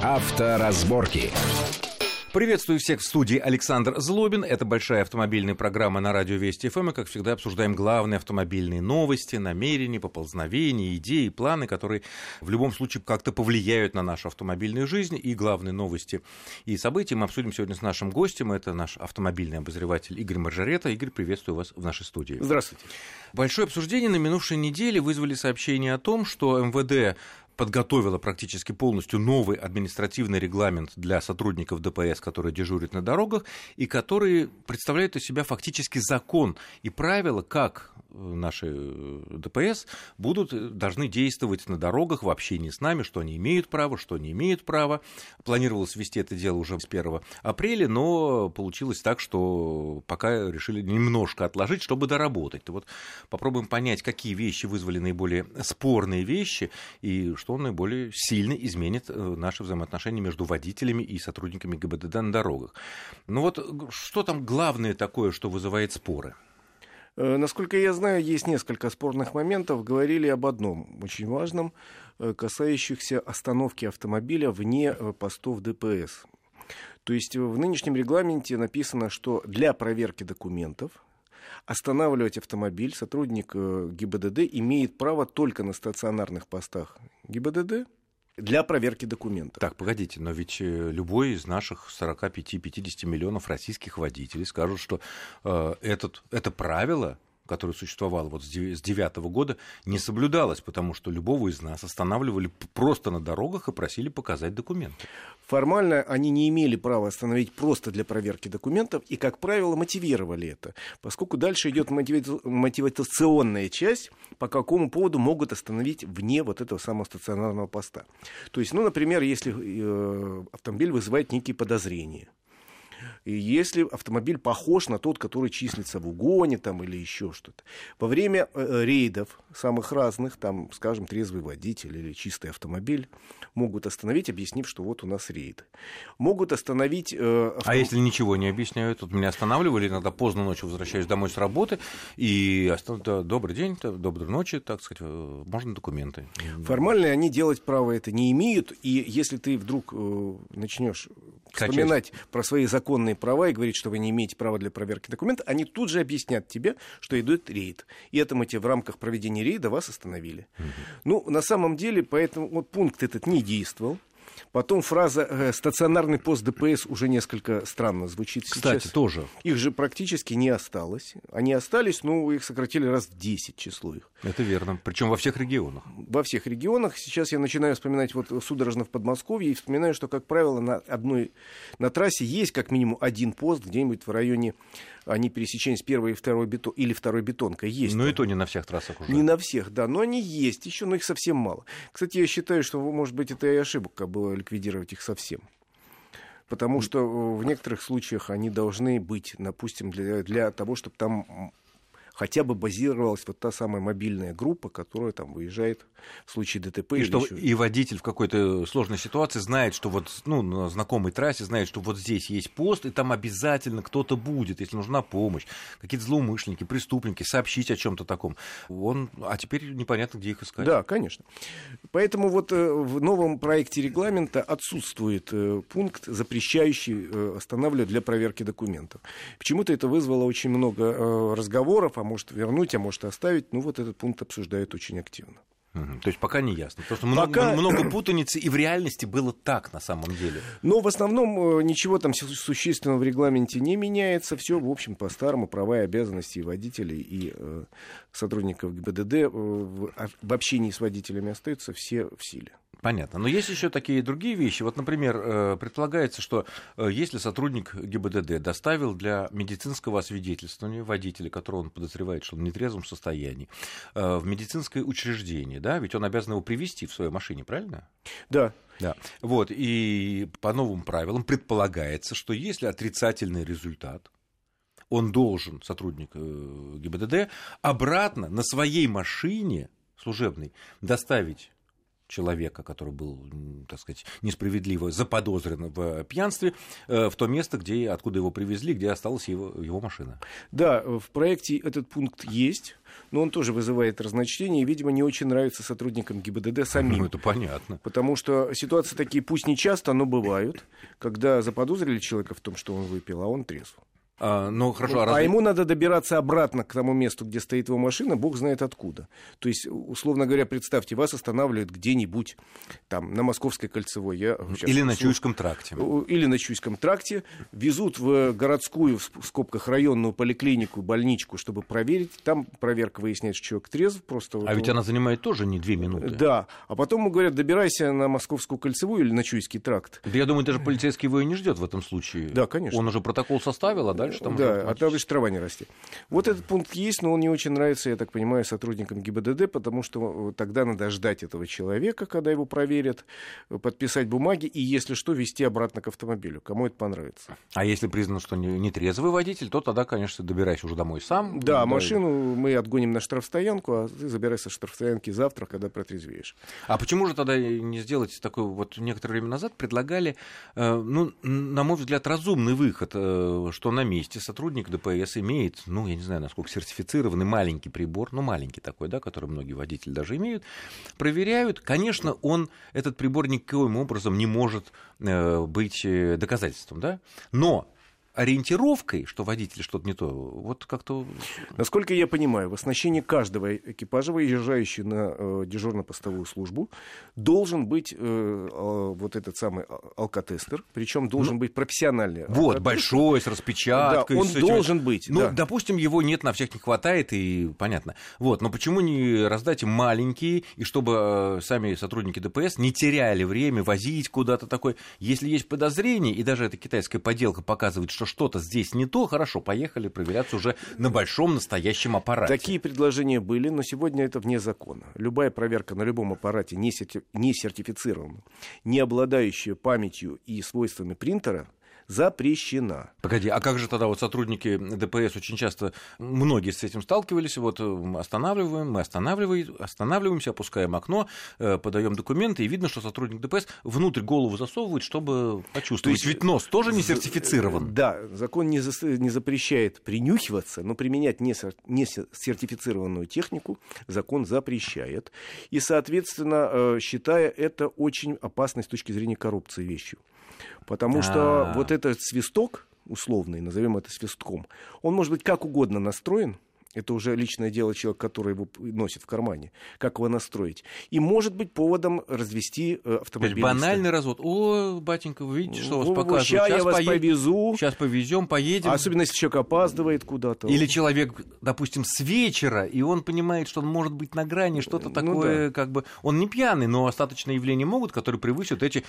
Авторазборки. Приветствую всех в студии Александр Злобин. Это большая автомобильная программа на радио Вести ФМ. И, как всегда, обсуждаем главные автомобильные новости, намерения, поползновения, идеи, планы, которые в любом случае как-то повлияют на нашу автомобильную жизнь. И главные новости и события мы обсудим сегодня с нашим гостем. Это наш автомобильный обозреватель Игорь Маржарета. Игорь, приветствую вас в нашей студии. Здравствуйте. Большое обсуждение на минувшей неделе вызвали сообщение о том, что МВД подготовила практически полностью новый административный регламент для сотрудников ДПС, которые дежурят на дорогах, и которые представляют из себя фактически закон и правила, как наши ДПС должны действовать на дорогах в общении с нами, что они имеют право, что не имеют права. Планировалось ввести это дело уже с 1 апреля, но получилось так, что пока решили немножко отложить, чтобы доработать. То вот попробуем понять, какие вещи вызвали наиболее спорные вещи, и что наиболее сильно изменит наши взаимоотношения между водителями и сотрудниками ГИБДД на дорогах. Ну вот что там главное такое, что вызывает споры? Насколько я знаю, есть несколько спорных моментов. Говорили об одном, очень важном, касающихся остановки автомобиля вне постов ДПС. То есть в нынешнем регламенте написано, что для проверки документов останавливать автомобиль сотрудник ГИБДД имеет право только на стационарных постах ГИБДД для проверки документов. Так, погодите, но ведь любой из наших 45-50 миллионов российских водителей скажут, что это правило, которое существовало вот с 2009 года, не соблюдалось, потому что любого из нас останавливали просто на дорогах и просили показать документы. Формально они не имели права остановить просто для проверки документов и, как правило, мотивировали это, поскольку дальше идет мотивационная часть, по какому поводу могут остановить вне вот этого самого стационарного поста. То есть, например, если автомобиль вызывает некие подозрения, и если автомобиль похож на тот, который числится в угоне там, или еще что-то. Во время рейдов самых разных, там, скажем, трезвый водитель или чистый автомобиль могут остановить, объяснив, что вот у нас рейд. Могут остановить... А если ничего не объясняют? Вот меня останавливали, иногда поздно ночью возвращаюсь домой с работы, и добрый день, доброй ночи, так сказать, можно документы. Формально они делать право это не имеют, и если ты вдруг начнешь вспоминать про свои законные права и говорить, что вы не имеете права для проверки документов, они тут же объяснят тебе, что идет рейд. И это в рамках проведения рейда вас остановили. На самом деле, поэтому вот пункт этот не действовал. Потом фраза «стационарный пост ДПС» уже несколько странно звучит сейчас. Кстати, тоже. Их же практически не осталось. Они остались, их сократили раз в 10 число их. Это верно. Причем во всех регионах. Во всех регионах. Сейчас я начинаю вспоминать судорожно в Подмосковье и вспоминаю, что, как правило, на трассе есть как минимум один пост где-нибудь в районе пересечения с первой и второй или второй бетонкой. Есть. И то не на всех трассах уже. Не на всех, да. Но они есть еще, но их совсем мало. Кстати, я считаю, что, может быть, это и ошибка было ликвидировать их совсем. Потому что в некоторых случаях они должны быть, допустим, для того, чтобы там хотя бы базировалась вот та самая мобильная группа, которая там выезжает в случае ДТП. И водитель в какой-то сложной ситуации знает, что на знакомой трассе знает, что вот здесь есть пост, и там обязательно кто-то будет, если нужна помощь. Какие-то злоумышленники, преступники, сообщить о чем-то таком. А теперь непонятно, где их искать. Да, конечно. Поэтому в новом проекте регламента отсутствует пункт, запрещающий останавливать для проверки документов. Почему-то это вызвало очень много разговоров, может вернуть, а может оставить. Этот пункт обсуждают очень активно. То есть пока не ясно. Потому что много путаницы, и в реальности было так на самом деле. Но в основном ничего там существенного в регламенте не меняется. Все, в общем, по-старому. Права и обязанности водителей и сотрудников ГИБДД в общении с водителями остаются все в силе. Понятно. Но есть еще такие другие вещи. Вот, например, предполагается, что если сотрудник ГИБДД доставил для медицинского освидетельствования водителя, которого он подозревает, что он в нетрезвом состоянии, в медицинское учреждение, да, ведь он обязан его привезти в своей машине, правильно? Да. Да. И по новым правилам предполагается, что если отрицательный результат, он должен, сотрудник ГИБДД, обратно на своей машине служебной доставить человека, который был, так сказать, несправедливо заподозрен в пьянстве, в то место, откуда его привезли, где осталась его машина. Да, в проекте этот пункт есть, но он тоже вызывает разночтение и, видимо, не очень нравится сотрудникам ГИБДД самим. Ну, это понятно. Потому что ситуации такие, пусть не часто, но бывают, когда заподозрили человека в том, что он выпил, а он трезв. Ну, хорошо, ему надо добираться обратно к тому месту, где стоит его машина, бог знает откуда. То есть, условно говоря, представьте, вас останавливают где-нибудь там на Московской кольцевой. Или на Чуйском тракте. Или на Чуйском тракте. Везут в городскую, в скобках, районную поликлинику, больничку, чтобы проверить. Там проверка выясняет, что человек трезв. Просто ведь она занимает тоже не 2 минуты. Да. А потом ему говорят, добирайся на Московскую кольцевую или на Чуйский тракт. Да, я думаю, даже полицейский его и не ждет в этом случае. Да, конечно. Он уже протокол составил, а дальше там... Да, а там лишь трава не растет. Вот этот пункт есть, но он не очень нравится, я так понимаю, сотрудникам ГИБДД, потому что тогда надо ждать этого человека, когда его проверят, подписать бумаги и, если что, везти обратно к автомобилю. Кому это понравится. А если признано, что не трезвый водитель, то тогда, конечно, добирайся уже домой сам. Да, машину мы отгоним на штрафстоянку, а ты забирайся со штрафстоянки завтра, когда протрезвеешь. А почему же тогда не сделать такой вот некоторое время назад предлагали, ну, на мой взгляд, разумный выход, что на месте сотрудник ДПС имеет, ну, я не знаю, насколько сертифицированный маленький прибор, ну, маленький такой, да, который многие водители даже имеют, проверяют. Конечно, этот прибор никаким образом не может быть доказательством, да, но ориентировкой, что водитель что-то не то, вот как-то... Насколько я понимаю, в оснащении каждого экипажа, выезжающего на дежурно-постовую службу, должен быть вот этот самый алкотестер, причем должен быть профессиональный. Вот, большой, с распечаткой. Да, он должен быть. Ну, да. Допустим, его нет, на всех не хватает, и понятно. Вот, но почему не раздать им маленькие, и чтобы сами сотрудники ДПС не теряли время возить куда-то такое. Если есть подозрение, и даже эта китайская поделка показывает, что что-то здесь не то, хорошо, поехали проверяться уже на большом настоящем аппарате. Такие предложения были, но сегодня это вне закона. Любая проверка на любом аппарате, не сертифицированном, не обладающая памятью и свойствами принтера, запрещена. Погоди, а как же тогда вот сотрудники ДПС очень часто, многие с этим сталкивались, вот останавливаемся, опускаем окно, подаем документы, и видно, что сотрудник ДПС внутрь голову засовывает, чтобы почувствовать. Ведь нос тоже не сертифицирован. Да, закон не запрещает принюхиваться, но применять не сертифицированную технику закон запрещает. И, соответственно, считая это очень опасной с точки зрения коррупции вещью. Потому что вот этот свисток, условный, назовем это свистком, он может быть как угодно настроен. Это уже личное дело человека, который его носит в кармане. Как его настроить? И может быть поводом развести автомобилиста. Банальный развод. О, батенька, вы видите, что вас показывают? Сейчас я вас повезу. Сейчас повезем, поедем. Особенно, если человек опаздывает куда-то. Или человек, допустим, с вечера, и он понимает, что он может быть на грани, что-то такое, как бы... Он не пьяный, но остаточные явления могут, которые превысят эти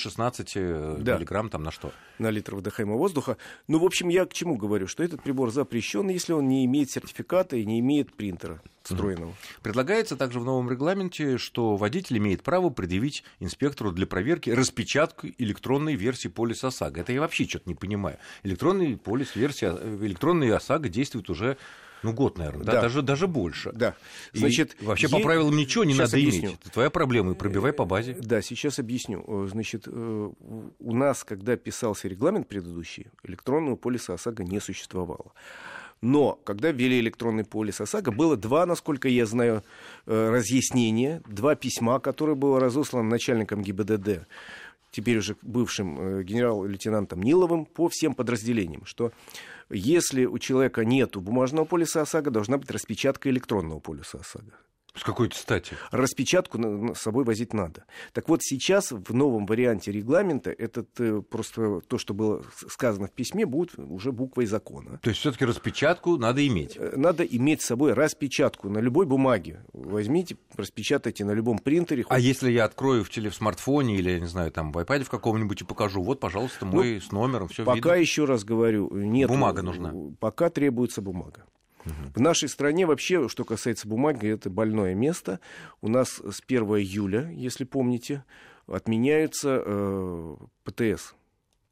0,16 миллиграмм там на что? На литр вдыхаемого воздуха. Ну, в общем, я к чему говорю? Что этот прибор запрещен, если он не имеет сертификата и не имеет принтера встроенного. Предлагается также в новом регламенте, что водитель имеет право предъявить инспектору для проверки распечатку электронной версии полиса ОСАГО. Это я вообще что-то не понимаю. Электронный полис, электронная ОСАГО действует уже год, наверное, да? Даже больше. Да. Значит, вообще по правилам ничего не надо иметь. Это твоя проблема, и пробивай по базе. Да, сейчас объясню. Значит, у нас, когда писался регламент предыдущий, электронного полиса ОСАГО не существовало. Но когда ввели электронный полис ОСАГО, было два, насколько я знаю, разъяснения, два письма, которые было разослано начальником ГИБДД, теперь уже бывшим генерал-лейтенантом Ниловым, по всем подразделениям, что если у человека нет бумажного полиса ОСАГО, должна быть распечатка электронного полиса ОСАГО. С какой-то стати? Распечатку с собой возить надо. Так вот, сейчас в новом варианте регламента просто то, что было сказано в письме, будет уже буквой закона. То есть все-таки распечатку надо иметь? Надо иметь с собой распечатку на любой бумаге. Возьмите, распечатайте на любом принтере. А если я открою в смартфоне или, не знаю, там в iPad в каком-нибудь и покажу, вот, пожалуйста, мой с номером, все видно. Пока, еще раз говорю, нет. Бумага нужна. Пока требуется бумага. В нашей стране вообще, что касается бумаги, это больное место. У нас с 1 июля, если помните, отменяются ПТС.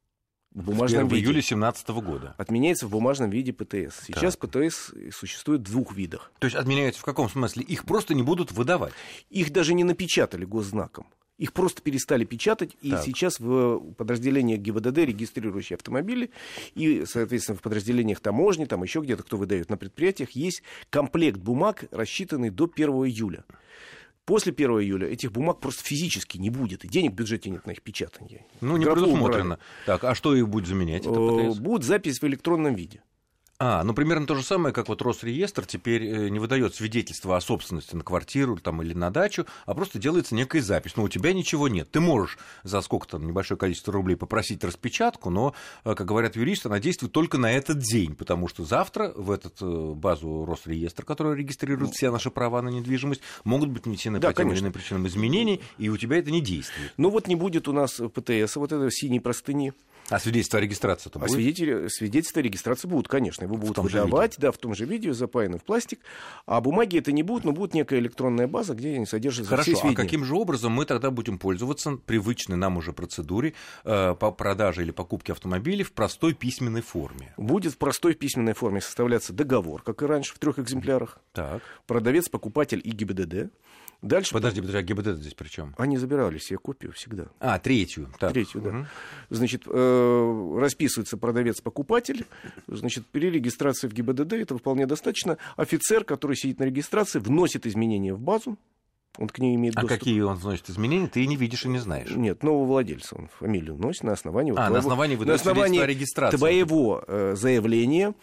в бумажном виде. В июле 2017 года. Отменяется в бумажном виде ПТС. Сейчас ПТС существует в двух видах. То есть отменяется в каком смысле? Их просто не будут выдавать? Их даже не напечатали госзнаком. Их просто перестали печатать, и сейчас в подразделениях ГИБДД, регистрирующие автомобили, и, соответственно, в подразделениях таможни, там еще где-то, кто выдает на предприятиях, есть комплект бумаг, рассчитанный до 1 июля. После 1 июля этих бумаг просто физически не будет, и денег в бюджете нет на их печатание. Ну, не предусмотрено. Так, а что их будет заменять? Будет запись в электронном виде. Ну, примерно то же самое, как вот Росреестр теперь не выдает свидетельство о собственности на квартиру там, или на дачу, а просто делается некая запись. Но у тебя ничего нет. Ты можешь за сколько-то небольшое количество рублей попросить распечатку, но, как говорят юристы, она действует только на этот день, потому что завтра в эту базу Росреестр, которая регистрирует все наши права на недвижимость, могут быть внесены по тем или иным причинам изменений, и у тебя это не действует. Ну вот не будет у нас ПТС, вот этой синей простыни. А свидетельство о регистрации-то будет? Свидетельство о регистрации будут, конечно. Его будут выдавать, в том же виде, запаяны в пластик. А бумаги это не будут, но будет некая электронная база, где они содержатся все сведения. А каким же образом мы тогда будем пользоваться привычной нам уже процедуре по продаже или покупке автомобилей в простой письменной форме? Будет в простой письменной форме составляться договор, как и раньше, в 3 экземплярах. Так. Продавец, покупатель и ГИБДД. Дальше... Подожди, а ГИБДД здесь при чем? Они забирали себе копию всегда. Третью. Так. Третью, да. Значит, расписывается продавец-покупатель. Значит, при регистрации в ГИБДД этого вполне достаточно. Офицер, который сидит на регистрации, вносит изменения в базу. Он к ней имеет доступ. А какие он вносит изменения, ты не видишь и не знаешь? Нет, нового владельца. Он фамилию вносит на основании... на основании выдает свидетельство о регистрации. Твоего заявления,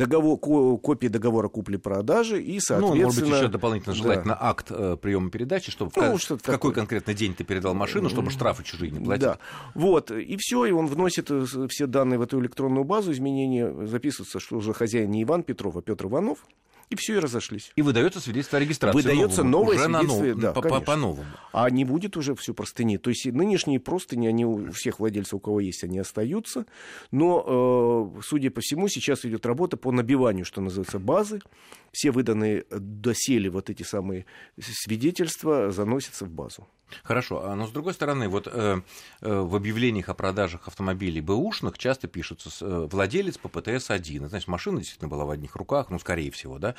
копии договора купли-продажи и, соответственно... может быть, еще дополнительно желательно акт приема передачи, чтобы в какой конкретно день ты передал машину, чтобы штрафы чужие не платить. Да, вот, и все, и он вносит все данные в эту электронную базу, изменения, записывается, что уже хозяин не Иван Петров, а Петр Иванов. И все, и разошлись. И выдается свидетельство о регистрации. Выдается новое свидетельство, по-новому. А не будет уже все простыни. То есть нынешние простыни, они у всех владельцев, у кого есть, они остаются. Но, судя по всему, сейчас идет работа по набиванию, что называется, базы. Все выданные доселе вот эти самые свидетельства заносятся в базу. Хорошо, но с другой стороны, вот в объявлениях о продажах автомобилей бэушных часто пишутся владелец по ПТС-1. Значит, машина действительно была в одних руках, скорее всего, да,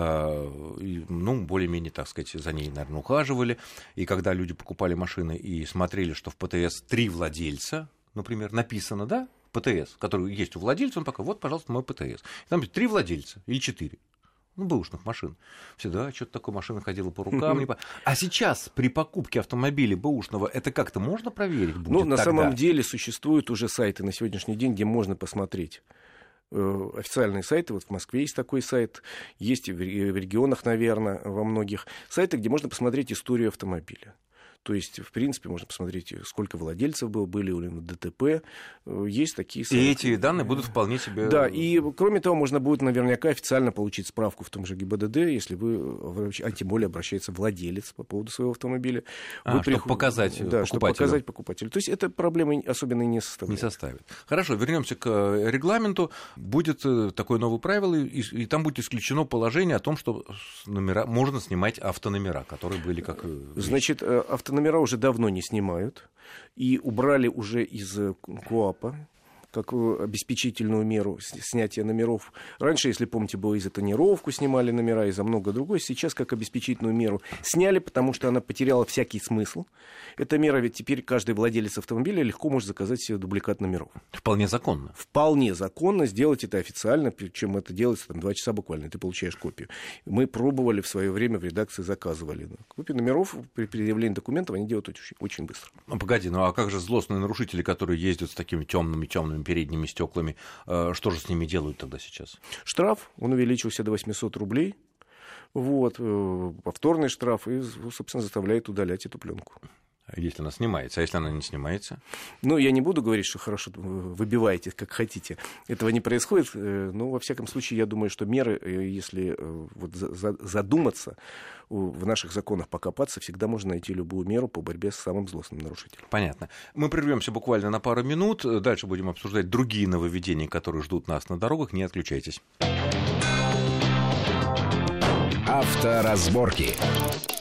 более-менее, так сказать, за ней, наверное, ухаживали. И когда люди покупали машины и смотрели, что в ПТС 3 владельца, например, написано, да, ПТС, который есть у владельца, он такой, вот, пожалуйста, мой ПТС. И там 3 владельца или 4. Бэушных машин. Всегда что-то такое машина ходила по рукам. А сейчас при покупке автомобиля бэушного это как-то можно проверить будет на самом деле существуют уже сайты на сегодняшний день, где можно посмотреть. Официальные сайты, вот в Москве есть такой сайт, есть в регионах, наверное, во многих сайтах, где можно посмотреть историю автомобиля. То есть, в принципе, можно посмотреть, сколько владельцев были у ДТП. Есть такие сайты. И эти данные будут вполне себе... Да, и кроме того, можно будет наверняка официально получить справку в том же ГИБДД, если вы, тем более обращается владелец по поводу своего автомобиля. Чтобы показать покупателю. Чтобы показать покупателю. То есть, это проблемы особенно не составляет. Не составит. Хорошо, вернемся к регламенту. Будет такое новое правило, и там будет исключено положение о том, что можно снимать автономера, которые были как... Значит, автономера уже давно не снимают, и убрали уже из КоАПа как обеспечительную меру снятия номеров. Раньше, если помните, было и за тонировку снимали номера, и за много другое. Сейчас как обеспечительную меру сняли, потому что она потеряла всякий смысл. Эта мера, ведь теперь каждый владелец автомобиля легко может заказать себе дубликат номеров. Вполне законно. Вполне законно сделать это официально, причем это делается 2 часа буквально, и ты получаешь копию. Мы пробовали в свое время, в редакции заказывали. Копии номеров при предъявлении документов они делают очень, очень быстро. Погоди, а как же злостные нарушители, которые ездят с такими темными передними стеклами, что же с ними делают тогда сейчас? Штраф, он увеличился до 800 рублей. Вот, повторный штраф, и, собственно, заставляет удалять эту пленку. Если она снимается, а если она не снимается? Я не буду говорить, что хорошо, выбивайте, как хотите. Этого не происходит, но, во всяком случае, я думаю, что меры, если задуматься, в наших законах покопаться, всегда можно найти любую меру по борьбе с самым злостным нарушителем. Понятно. Мы прервемся буквально на пару минут, дальше будем обсуждать другие нововведения, которые ждут нас на дорогах, не отключайтесь. Авторазборки.